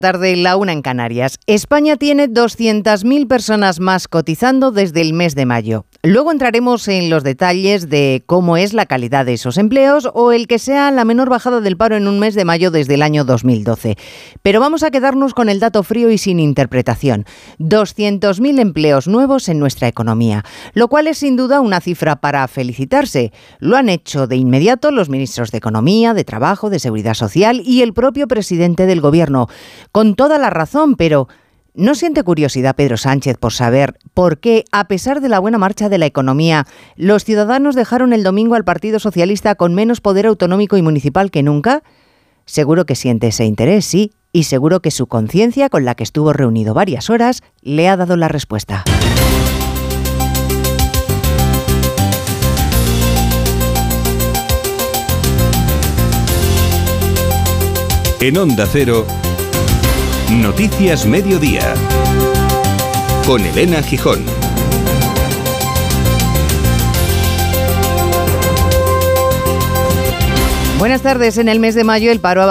Tarde, la 1 en Canarias. España tiene 200.000 personas más cotizando desde el mes de mayo. Luego entraremos en los detalles de cómo es la calidad de esos empleos o el que sea la menor bajada del paro en un mes de mayo desde el año 2012. Pero vamos a quedarnos con el dato frío y sin interpretación. 200.000 empleos nuevos en nuestra economía, lo cual es sin duda una cifra para felicitarse. Lo han hecho de inmediato los ministros de Economía, de Trabajo, de Seguridad Social y el propio presidente del Gobierno. Con toda la razón, pero ¿no siente curiosidad Pedro Sánchez por saber por qué, a pesar de la buena marcha de la economía, los ciudadanos dejaron el domingo al Partido Socialista con menos poder autonómico y municipal que nunca? Seguro que siente ese interés, sí, y seguro que su conciencia, con la que estuvo reunido varias horas, le ha dado la respuesta. En Onda Cero, Noticias Mediodía, con Elena Gijón. Buenas tardes. En el mes de mayo el paro